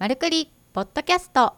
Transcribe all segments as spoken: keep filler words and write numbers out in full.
マルクリポッドキャスト。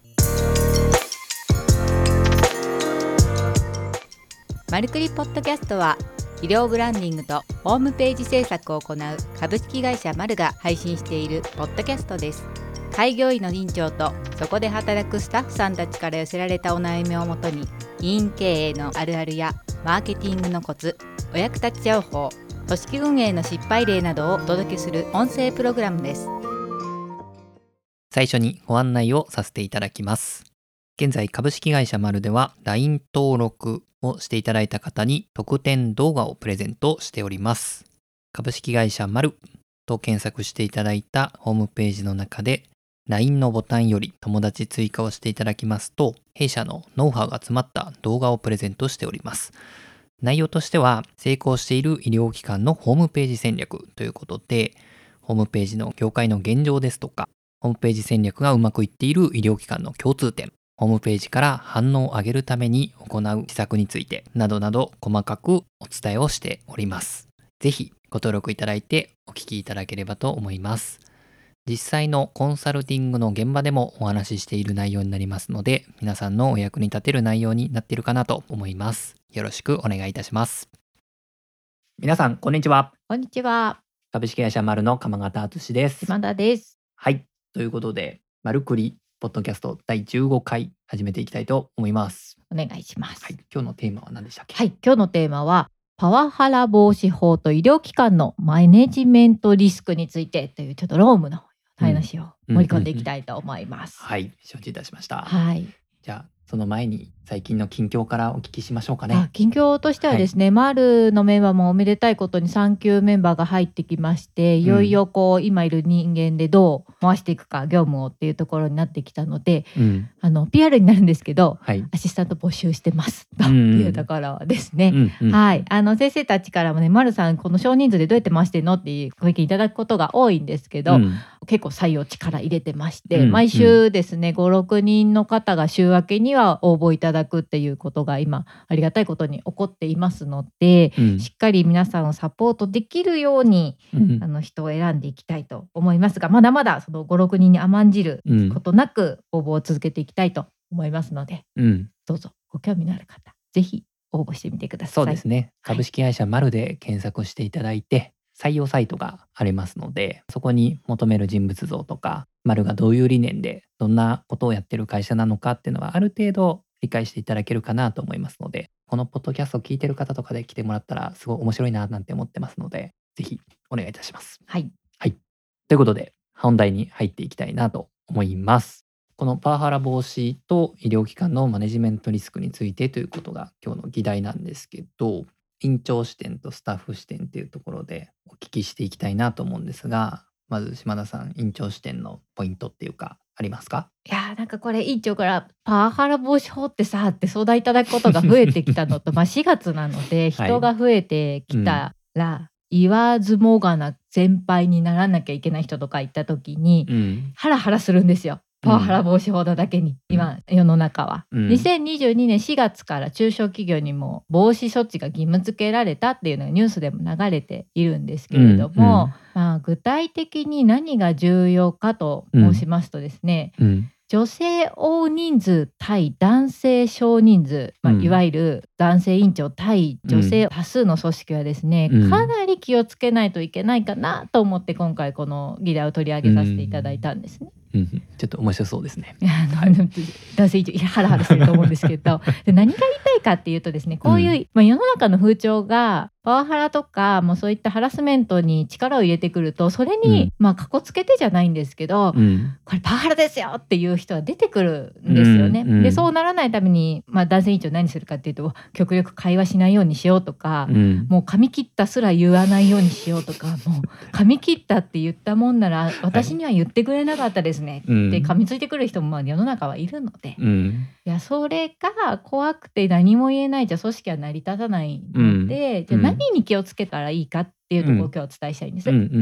マルクリポッドキャストは医療ブランディングとホームページ制作を行う株式会社マルが配信しているポッドキャストです。開業医の院長とそこで働くスタッフさんたちから寄せられたお悩みをもとに、医院経営のあるあるやマーケティングのコツ、お役立ち情報、組織運営の失敗例などをお届けする音声プログラムです。 最初にご案内をさせていただきます。現在株式会社マルでは ライン 登録をしていただいた方に特典動画をプレゼントしております。株式会社マルと検索していただいたホームページの中で ライン のボタンより友達追加をしていただきますと、弊社のノウハウが詰まった動画をプレゼントしております。内容としては、成功している医療機関のホームページ戦略ということで、ホームページの業界の現状ですとか、ホームページ戦略がうまくいっている医療機関の共通点、ホームページから反応を上げるために行う施策についてなどなど細かくお伝えをしております。ぜひご登録いただいてお聞きいただければと思います。実際のコンサルティングの現場でもお話ししている内容になりますので、皆さんのお役に立てる内容になっているかなと思います。よろしくお願いいたします。皆さんこんにちは。 こんにちは。 株式会社マルの鎌形敦です。 島田です。 はい、ということでマルクリポッドキャストだいじゅうごかい始めていきたいと思います。 お願いします。 はい、今日のテーマは何でしたっけ？ はい、今日のテーマはパワハラ防止法と医療機関のマネジメントリスクについてというちょっとロームの話を盛り込んでいきたいと思います。 はい、承知いたしました。 はい。 じゃあその前に最近の近況からお聞きしましょうかね。 あ、近況としてはですね、はい、マルのメンバーもおめでたいことにさん級メンバーが入ってきまして、いよいよこう、うん、今いる人間でどう回していくか業務をっていうところになってきたので、うん、あの ピーアール になるんですけど、はい、アシスタント募集してますというところですね。うんうん、はい、あの先生たちからもね、マルさんこの少人数でどうやって回してるのっていうご意見いただくことが多いんですけど、うん、結構採用力入れてまして、うん、毎週ですねご、ろくにんの方が週明けには応募いただくっていうことが今ありがたいことに起こっていますので、うん、しっかり皆さんをサポートできるように、うん、あの人を選んでいきたいと思いますが、まだまだそのご、ろくにんに甘んじることなく応募を続けていきたいと思いますので、うん、どうぞご興味のある方ぜひ応募してみてください。 そうですね、株式会社マルで検索していただいて、はい、採用サイトがありますので、そこに求める人物像とかマルがどういう理念でどんなことをやってる会社なのかっていうのはある程度理解していただけるかなと思いますので、このポッドキャストを聞いてる方とかで来てもらったらすごい面白いななんて思ってますので、ぜひお願いいたします。 はい、 はい、ということで本題に入っていきたいなと思います。このパワハラ防止と医療機関のマネジメントリスクについてということが今日の議題なんですけど、院長視点とスタッフ視点というところでお聞きしていきたいなと思うんですが、まず島田さん、院長視点のポイントっていうかありますか？ いやなんかこれ院長からパワハラ防止法ってさって相談いただくことが増えてきたのとまあしがつなので人が増えてきたら、はい、うん、言わずもがな先輩にならなきゃいけない人とか行った時に、うん、ハラハラするんですよ。パワハラ防止法だけに、うん、今世の中は、うん、にせんにじゅうにねんしがつから中小企業にも防止措置が義務付けられたっていうのがニュースでも流れているんですけれども、うんうん、まあ、具体的に何が重要かと申しますとですね、うんうん、女性大人数対男性少人数、まあ、いわゆる男性院長対女性多数の組織はですね、うん、かなり気をつけないといけないかなと思って今回この議題を取り上げさせていただいたんですね。 うんうん、ちょっと面白そうですね。 はい、男性以上ハラハラしてると思うんですけどで何が言いたいかっていうとですね、こういう、うん、まあ、世の中の風潮がパワハラとかもうそういったハラスメントに力を入れてくると、それに、うん、まあかこつけてじゃないんですけど、うん、これパワハラですよっていう人は出てくるんですよね。うんうん、でそうならないために、まあ、男性委員長何するかっていうと極力会話しないようにしようとか、うん、もう髪切ったすら言わないようにしようとか、もう髪切ったって言ったもんなら私には言ってくれなかったですね、はい、って噛みついてくる人もまあ世の中はいるので、うん、いやそれが怖くて何も言えないじゃ組織は成り立たないので、うん、じゃあ何に気をつけたらいいかっていうところを今日はお伝えしたいんです。うんうんうん、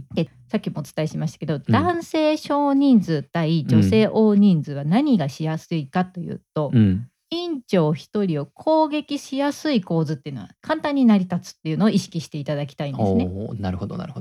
でさっきもお伝えしましたけど、うん、男性少人数対女性大人数は何がしやすいかというと、うん、院長一人を攻撃しやすい構図っていうのは簡単に成り立つっていうのを意識していただきたいんですね。 おー、なるほどなるほど。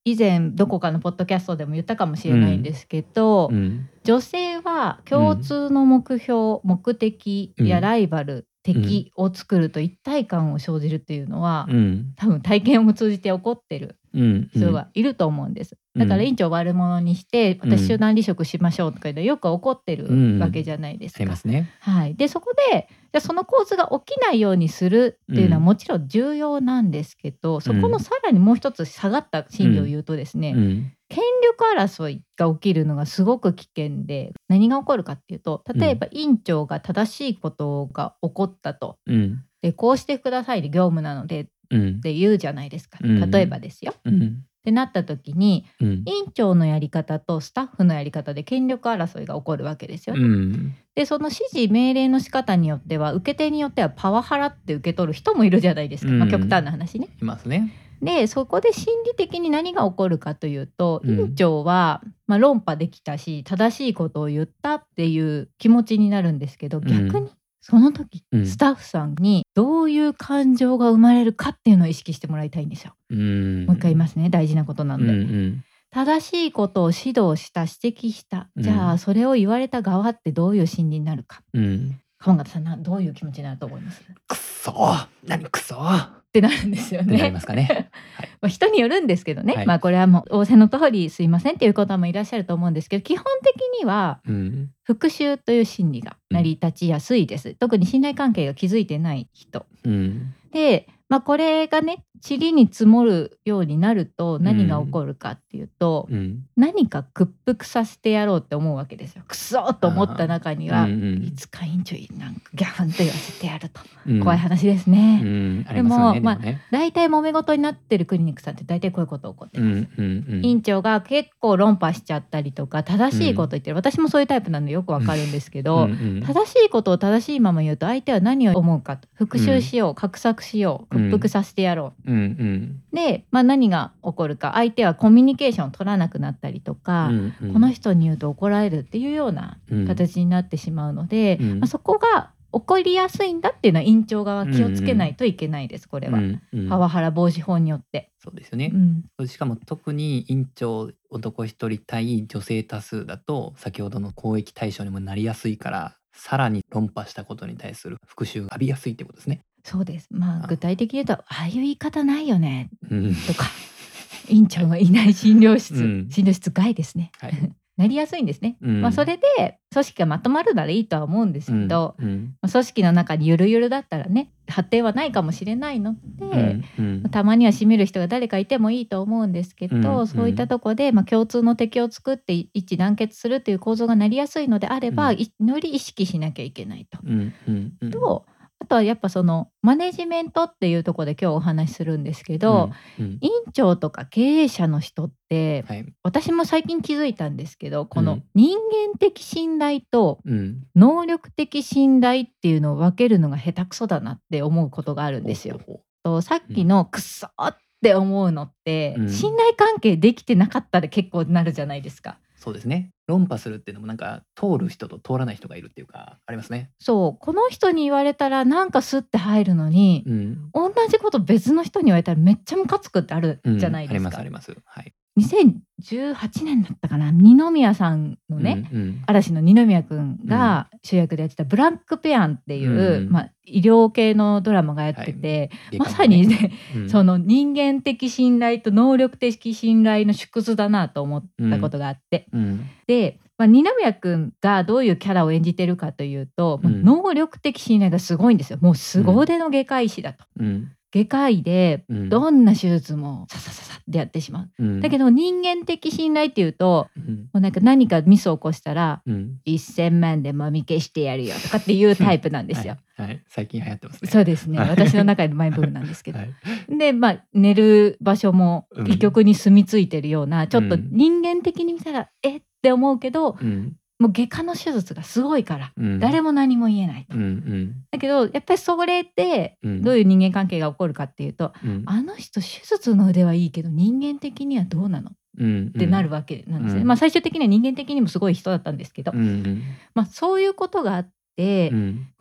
以前どこかのポッドキャストでも言ったかもしれないんですけど、 うん、 女性は共通の目標、目的やライバル、敵を作ると一体感を生じるっていうのは、 うん、 多分体験を通じて起こってるうん人がいると思うんです。だから院長を悪者にしてうん私集団離職しましょうとかいうのはよく起こってるわけじゃないですか。 ありますね。 はい、でそこでじゃその構図が起きないようにするっていうのはもちろん重要なんですけど、そこのさらにもう一つ下がった心理を言うとですね、 うん、 権力争いが起きるのがすごく危険で、何が起こるかっていうと、例えば院長が正しいことが起こったと、 うん、 でこうしてくださいで業務なのでうんって言うじゃないですか、 うん例えばですよ、 うんってなった時に、 うん院長のやり方とスタッフのやり方で権力争いが起こるわけですよね。 うんでその指示命令の仕方によっては受け手によってはパワハラって受け取る人もいるじゃないですか、まあ、極端な話ね。 いますね。 でそこで心理的に何が起こるかというと、 うん院長は、まあ、論破できたし正しいことを言ったっていう気持ちになるんですけど、逆にその時、 うんスタッフさんにどういう感情が生まれるかっていうのを意識してもらいたいんですよ。 うんもう一回言いますね、大事なことなので、 うんうん正しいことを指導した指摘した、 うんじゃあそれを言われた側ってどういう心理になるか、 うん鎌形さんなどういう気持ちになると思いますっくっそー何くそーってなるんですよなりね。 ますかね。 まあ人によるんですけどね、 はいまあこれはもう仰せの通りすいませんっていう方もいらっしゃると思うんですけど、基本的にはうん復讐という心理が成り立ちやすいです、特に信頼関係が築いてない人うんで、まあ、これがね塵に積もるようになると何が起こるかっていうと、 うん何か屈服させてやろうって思うわけですよ。くそーと思った中には、 うんうんいつか院長になんかギャフンと言わせてやると、 うん怖い話ですね。 うんありますよね。 でもでもね大体揉め事になってるクリニックさんって大体こういうこと起こってます。 うんうんうん院長が結構論破しちゃったりとか正しいこと言ってる、私もそういうタイプなんでよくわかるんですけど、 うんうん正しいことを正しいまま言うと相手は何を思うかと、復讐しよう、画策しよう、屈服させてやろう、 うんうんで、まあ、何が起こるか、相手はコミュニケーションを取らなくなったりとか、 うんうんこの人に言うと怒られるっていうような形になってしまうので、 うんまあ、そこが起こりやすいんだっていうのは院長側は気をつけないといけないです、これは、 うんうんパワハラ防止法によって。 そうですよねう。んしかも特に院長男一人対女性多数だと先ほどの攻撃対象にもなりやすいから、さらに論破したことに対する復讐が浴びやすいってことですね。 そうです。まああ具体的に言うと、ああいう言い方ないよねうんとか院長がいない診療室、 うん診療室外ですね、 はいなりやすいんですね、 うんまあ、それで組織がまとまるならいいとは思うんですけど、 うんうんまあ組織の中にゆるゆるだったらね発展はないかもしれないので、 うんうんたまには締める人が誰かいてもいいと思うんですけど、 うんうんそういったとこで、まあ、共通の敵を作って一致団結するという構造がなりやすいのであれば、 うんいより意識しなきゃいけないと。 うんうんうんとあとはやっぱそのマネジメントっていうところで今日お話しするんですけど、 うんうん院長とか経営者の人って、 はい私も最近気づいたんですけど、このうん人間的信頼とうん能力的信頼っていうのを分けるのが下手くそだなって思うことがあるんですよ。 ほうほとさっきのクソって思うのって、 うん信頼関係できてなかったら結構なるじゃないですか。 そうですね。論破するっていうのもなんか通る人と通らない人がいるっていうかありますね。 そうこの人に言われたらなんかスッて入るのに、 うん。 同じこと別の人に言われたらめっちゃムカつくってあるうんじゃないですか。 ありますあります。はい。 にせんじゅうはちねんだったかな、二宮さんのね、 うんうん嵐の二宮くんが主役でやってたブラックペアンっていう、 うんまあ、医療系のドラマがやってて、まさにね、 うんその人間的信頼と能力的信頼の縮図だなと思ったことがあって、 うんで、まあ、二宮くんがどういうキャラを演じてるかというと、 うんもう能力的信頼がすごいんですよ。もう凄腕の外科医師だと、 うん外科医でうんどんな手術もささささってやってしまう。 うんだけど人間的信頼っていうと、 うんもうなんか何かミスを起こしたらうんせんまんでもみ消してやるよとかっていうタイプなんですよ。 はい、はい最近流行ってますね。 そうですね。 はい私の中でマイブームなんですけど。 はいで、まあ寝る場所もうん医局に住み着いてるような、ちょっとうん人間的に見たらえって思うけど、 うんもう外科の手術がすごいからうん誰も何も言えないと。 うんうんだけどやっぱりそれでうんどういう人間関係が起こるかっていうと、 うんあの人手術の腕はいいけど人間的にはどうなのうんってなるわけなんですね。 うんまあ最終的には人間的にもすごい人だったんですけど、 うんうんまあそういうことがあって、 うん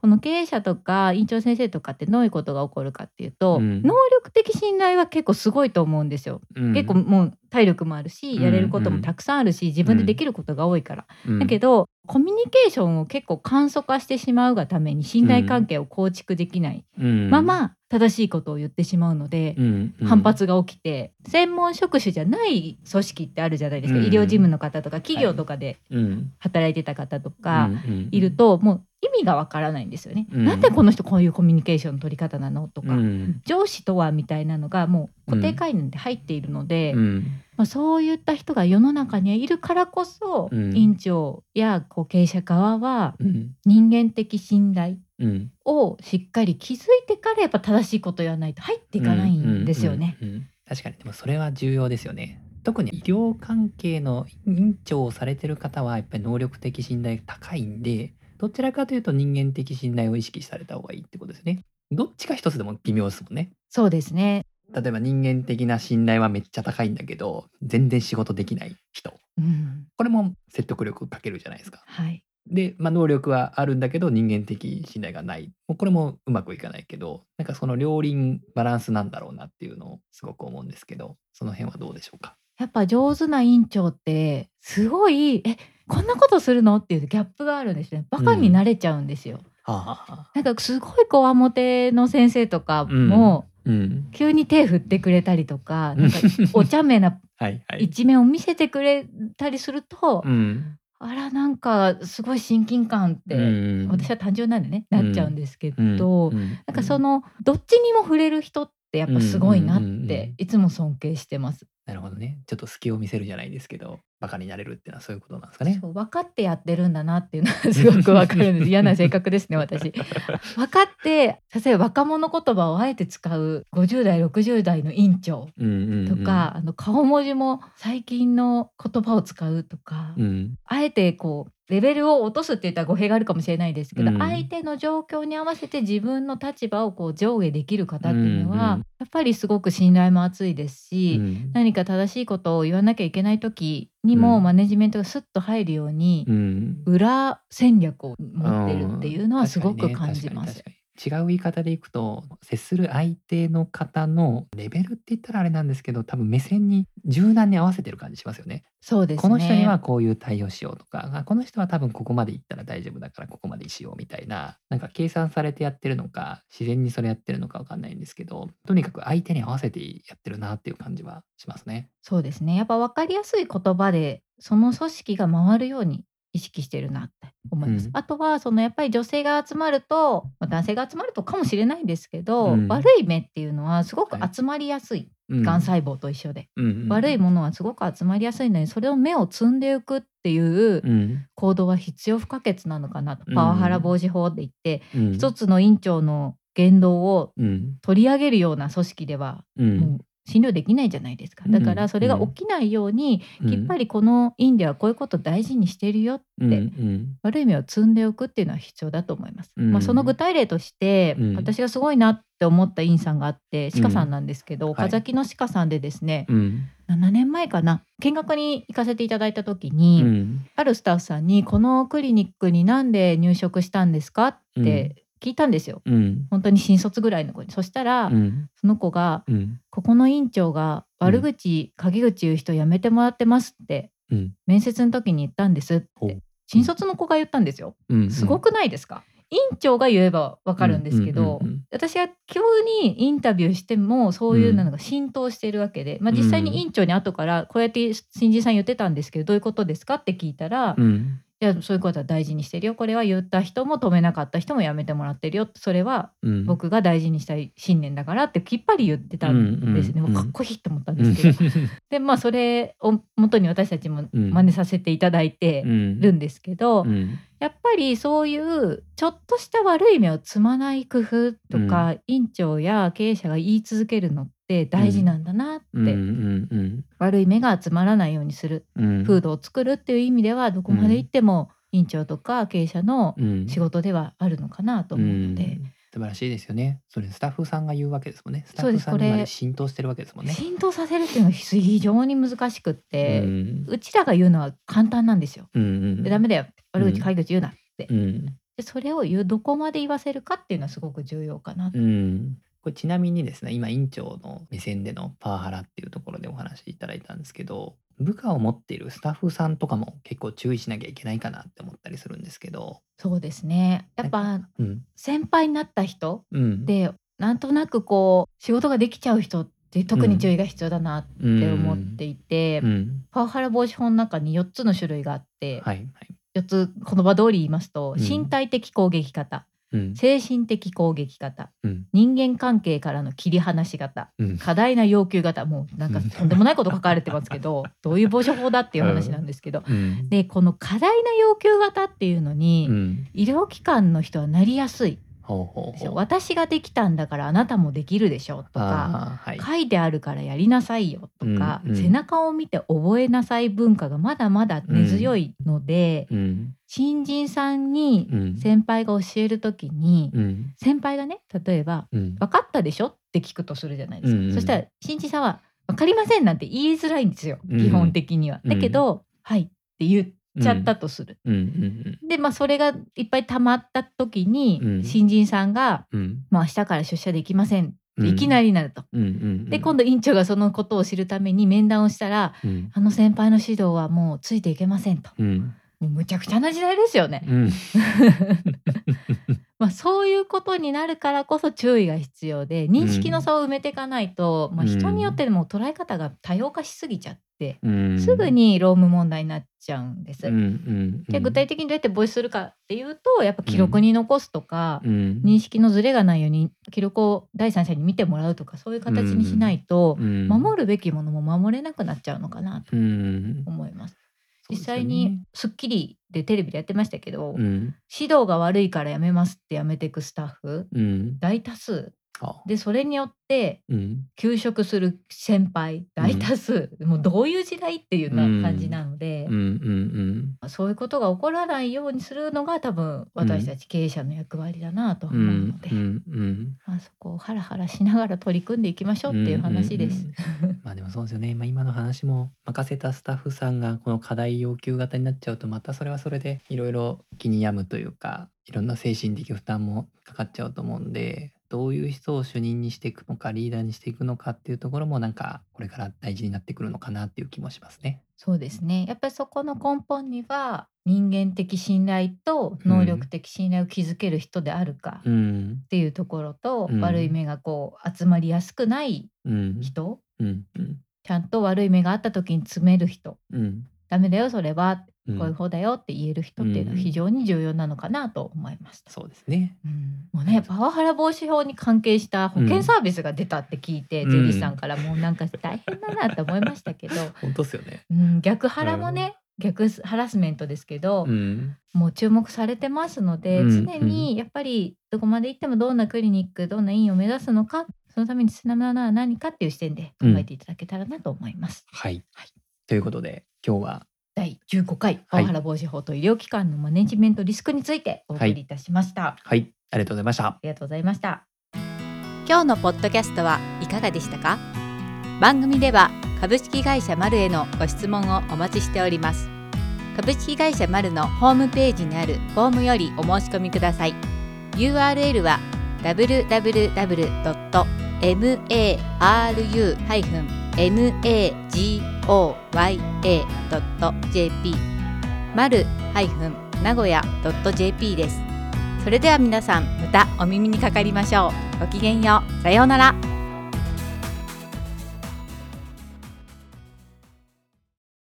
この経営者とか院長先生とかってどういうことが起こるかっていうと、 うん能力的信頼は結構すごいと思うんですよ。 うん結構もう体力もあるし、 うんやれることもたくさんあるし、自分でできることが多いから。 うんだけどコミュニケーションを結構簡素化してしまうがために信頼関係を構築できないうんまま正しいことを言ってしまうので、 うんうん反発が起きて、専門職種じゃない組織ってあるじゃないですか、 うん医療事務の方とか企業とかでうん働いてた方とかうんいると、もう意味がわからないんですよね、 うんなんでこの人こういうコミュニケーションの取り方なのとか、 うん上司とはみたいなのがもう固定概念で入っているので、 うんまあ、そういった人が世の中にはいるからこそ、 うん院長やこう経営者側はうん人間的信頼うんをしっかり築いてからやっぱ正しいことを言わないと入っていかないんですよね。 うんうんうんうん確かにでもそれは重要ですよね。特に医療関係の院長をされてる方はやっぱり能力的信頼が高いんで、どちらかというと人間的信頼を意識された方がいいってことですね。どっちか一つでも微妙ですもんね。 そうですね。 例えば人間的な信頼はめっちゃ高いんだけど全然仕事できない人、 うん、 これも説得力かけるじゃないですか。 はい。 で、まあ、能力はあるんだけど人間的信頼がない、もうこれもうまくいかないけど、なんかその両輪バランスなんだろうなっていうのをすごく思うんですけど、その辺はどうでしょうか。 やっぱ上手な院長ってすごいえこんなことするのっていうギャップがあるんですね。バカになれちゃうんですよ。 はあ、 なんかすごいこわもての先生とかも、 うん急に手振ってくれたりとか、 うんなんかお茶目なはいはい、 一面を見せてくれたりすると、 うんあらなんかすごい親近感って、 うん私は単純なんでね、 うんなっちゃうんですけうんど、 うんなんかそのどっちにも触れる人ってやっぱすごいなっうんうんうんうんていつも尊敬してます。 なるほどね。ちょっと隙を見せるじゃないですけどバカになれるっていうのはそういうことなんですかね。 そう分かってやってるんだなっていうのはすごくわかるんです。嫌な性格ですね私。分かって例えば若者言葉をあえて使うごじゅう代ろくじゅう代の院長うんうんうんとか、あの顔文字も最近の言葉を使うとか、 うんあえてこうレベルを落とすって言ったら語弊があるかもしれないですけど、 うん相手の状況に合わせて自分の立場をこう上下できる方っていうのは、 うんうんやっぱりすごく信頼も厚いですし、 うん何か正しいことを言わなきゃいけない時にも、 うんマネジメントがスッと入るように、 うん裏戦略を持ってるっていうのはすごくうん確かにね感じます。 確かに確かに違う言い方でいくと、接する相手の方のレベルって言ったらあれなんですけど、多分目線に柔軟に合わせてる感じしますよね。 そうですね。 この人にはこういう対応しようとか、あこの人は多分ここまで行ったら大丈夫だからここまでしようみたいな、なんか計算されてやってるのか自然にそれやってるのかわかんないんですけど、とにかく相手に合わせてやってるなっていう感じはしますね。 そうですね。やっぱ分かりやすい言葉でその組織が回るように意識してるなって思います。 うんあとはそのやっぱり女性が集まると、まあ、男性が集まるとかもしれないんですけど、 うん悪い目っていうのはすごく集まりやすい、 うんがん細胞と一緒で、 うんうん悪いものはすごく集まりやすいので、それを目を摘んでいくっていううん行動は必要不可欠なのかなと、 うんパワハラ防止法で言って、 うん一つの院長の言動をうん取り上げるような組織ではうんもう診療できないじゃないですか。だからそれが起きないように、 うんきっぱりこの院ではこういうことを大事にしているよって、 うんうん悪い目を積んでおくっていうのは必要だと思います。 うんまあ、その具体例として、 うん私がすごいなって思った院さんがあって、鹿さんなんですけど、 はい岡崎の鹿さんでですね、 うんななねんまえかな、見学に行かせていただいた時うに、 んあるスタッフさんにこのクリニックになんで入職したんですかって聞いたんですよ。 うん本当に新卒ぐらいの子に。そしたら、 うんその子がうんここの院長が悪口、陰口言う人やめてもらってますってうん面接の時に言ったんですっほうて新卒の子が言ったんですよ。 うんすごくないですか？院長が言えばわかるんですけど、 うんうんうんうん私が急にインタビューしてもそういうのが浸透しているわけで、まあ、実際に院長に後からこうやって新人さん言ってたんですけどどういうことですかって聞いたら、 うんいやそういうことは大事にしてるよ、これは言った人も止めなかった人もやめてもらってるよ、それはうん僕が大事にしたい信念だからってきっぱり言ってたんですね。 うんうんうんかっこいいと思ったんですけど、でまあそれを元に私たちも真似させていただいてるんですけど、 うんやっぱりそういうちょっとした悪い目を積まない工夫とか、院長や経営者が言い続けるのって大事なんだなって、 うんうんうん悪い目が集まらないようにする、 うん風土を作るっていう意味ではどこまで行っても院長とか経営者のうん仕事ではあるのかなと思うので、 うん素晴らしいですよね。それスタッフさんが言うわけですもんね。スタそうですッフさんにまこれで浸透してるわけですもんね。 浸透させるっていうのは非常に難しくっうて、 んうちらが言うのは簡単なんですよ。 うんうんでダメだよ悪口陰口言うなって、 うんでそれを言うどこまで言わせるかっていうのはすごく重要かなと。 うんこれちなみにですね、今院長の目線でのパワハラっていうところでお話しいただいたんですけど、部下を持っているスタッフさんとかも結構注意しなきゃいけないかなって思ったりするんですけど。 そうですね。やっぱなんかうん先輩になった人うんで、なんとなくこう仕事ができちゃう人って特に注意が必要だなって思っていて、 うんパワハラ防止法の中によっつの種類があって、 はいはいよっつ言葉通り言いますと、 うん身体的攻撃型、 うん精神的攻撃型、 うん人間関係からの切り離し型、 うん過大な要求型、もうなんかとんでもないこと書かれてますけどどういう防止法だっていう話なんですけど、 うんでこの過大な要求型っていうのに、 うん医療機関の人はなりやすいほうほうですよ。 ほう私ができたんだからあなたもできるでしょとか、 あーはい書いてあるからやりなさいよとか、 うんうん背中を見て覚えなさい文化がまだまだ根強いので、 うん新人さんにうん先輩が教える時に、 うん先輩がね例えばうん 「分かったでしょ?」って聞くとするじゃないですか、 うんうんそしたら新人さんは「分かりません」なんて言いづらいんですよ、 うん基本的には。 うんだけど「はい」って言っちゃったとする。 うんうんでまあそれがいっぱい溜まった時に、 うん新人さんがうん 「もう明日から出社できません」ってうんいきなりなると。 うんうんで今度院長がそのことを知るために面談をしたらうん 「あの先輩の指導はもうついていけません」と。 うんもうむちゃくちゃな時代ですよね。 うんまあそういうことになるからこそ注意が必要で、認識の差を埋めていかないと、まあ、人によっても捉え方が多様化しすぎちゃって、 うんすぐに労務問題になっちゃうんです。 うんうんで具体的にどうやって防止するかっていうと、やっぱ記録に残すとか、 うん認識のズレがないように記録を第三者に見てもらうとか、そういう形にしないと、 うん守るべきものも守れなくなっちゃうのかなとうん思います。実そうですよね際に『スッキリ』でテレビでやってましたけど、 うん指導が悪いから辞めますって辞めていくスタッフうん大多数あで、それによってうん休職する先輩大多数、もうどういう時代っていうような感じなので、 うんうんそういうことが起こらないようにするのが多分私たち経営者の役割だなと思ううんので、 うんうんまあ、そこをハラハラしながら取り組んでいきましょうっていう話です。 うんうんうんまあでもそうですよね、まあ、今の話も任せたスタッフさんがこの課題要求型になっちゃうと、またそれはそれでいろいろ気に病むというか、いろんな精神的負担もかかっちゃうと思うんで、どういう人を主任にしていくのかリーダーにしていくのかっていうところもなんかこれから大事になってくるのかなっていう気もしますね。 そうですね。やっぱりそこの根本には人間的信頼と能力的信頼を築ける人であるかうんっていうところと、 うん悪い目がこう集まりやすくないうん人、 うんうんちゃんと悪い目があった時に詰める人、 うんダメだよそれは、 うんこういう方だよって言える人っていうのは非常に重要なのかなと思いました。 そうですね。 うんもうね、パワハラ防止法に関係した保険サービスが出たって聞いて、 うん税理士さんからもうなんか大変だなって思いましたけど、 本当ですよね。 うん、逆ハラもね、逆ハラスメントですけど、 うんもう注目されてますので、 うん常にやっぱりどこまで行ってもどんなクリニックどんな院を目指すのか、そのために必要なのは何かっていう視点で考えていただけたらなと思います。 はい、ということで今日はだいじゅうごかいパワハラ防止法と医療機関のマネジメントリスクについてお送りいたしました。 はいありがとうございました。 ありがとうございました。 今日のポッドキャストはいかがでしたか？番組では株式会社マルへのご質問をお待ちしております。株式会社マルのホームページにあるフォームよりお申し込みください。 ユーアールエル は ダブリューダブリューダブリュードットマルハイフンナゴヤドットジェーピー マルハイフン名古屋ドットジェーピー です。それでは皆さんまたお耳にかかりましょう。ごきげんよう。さようなら。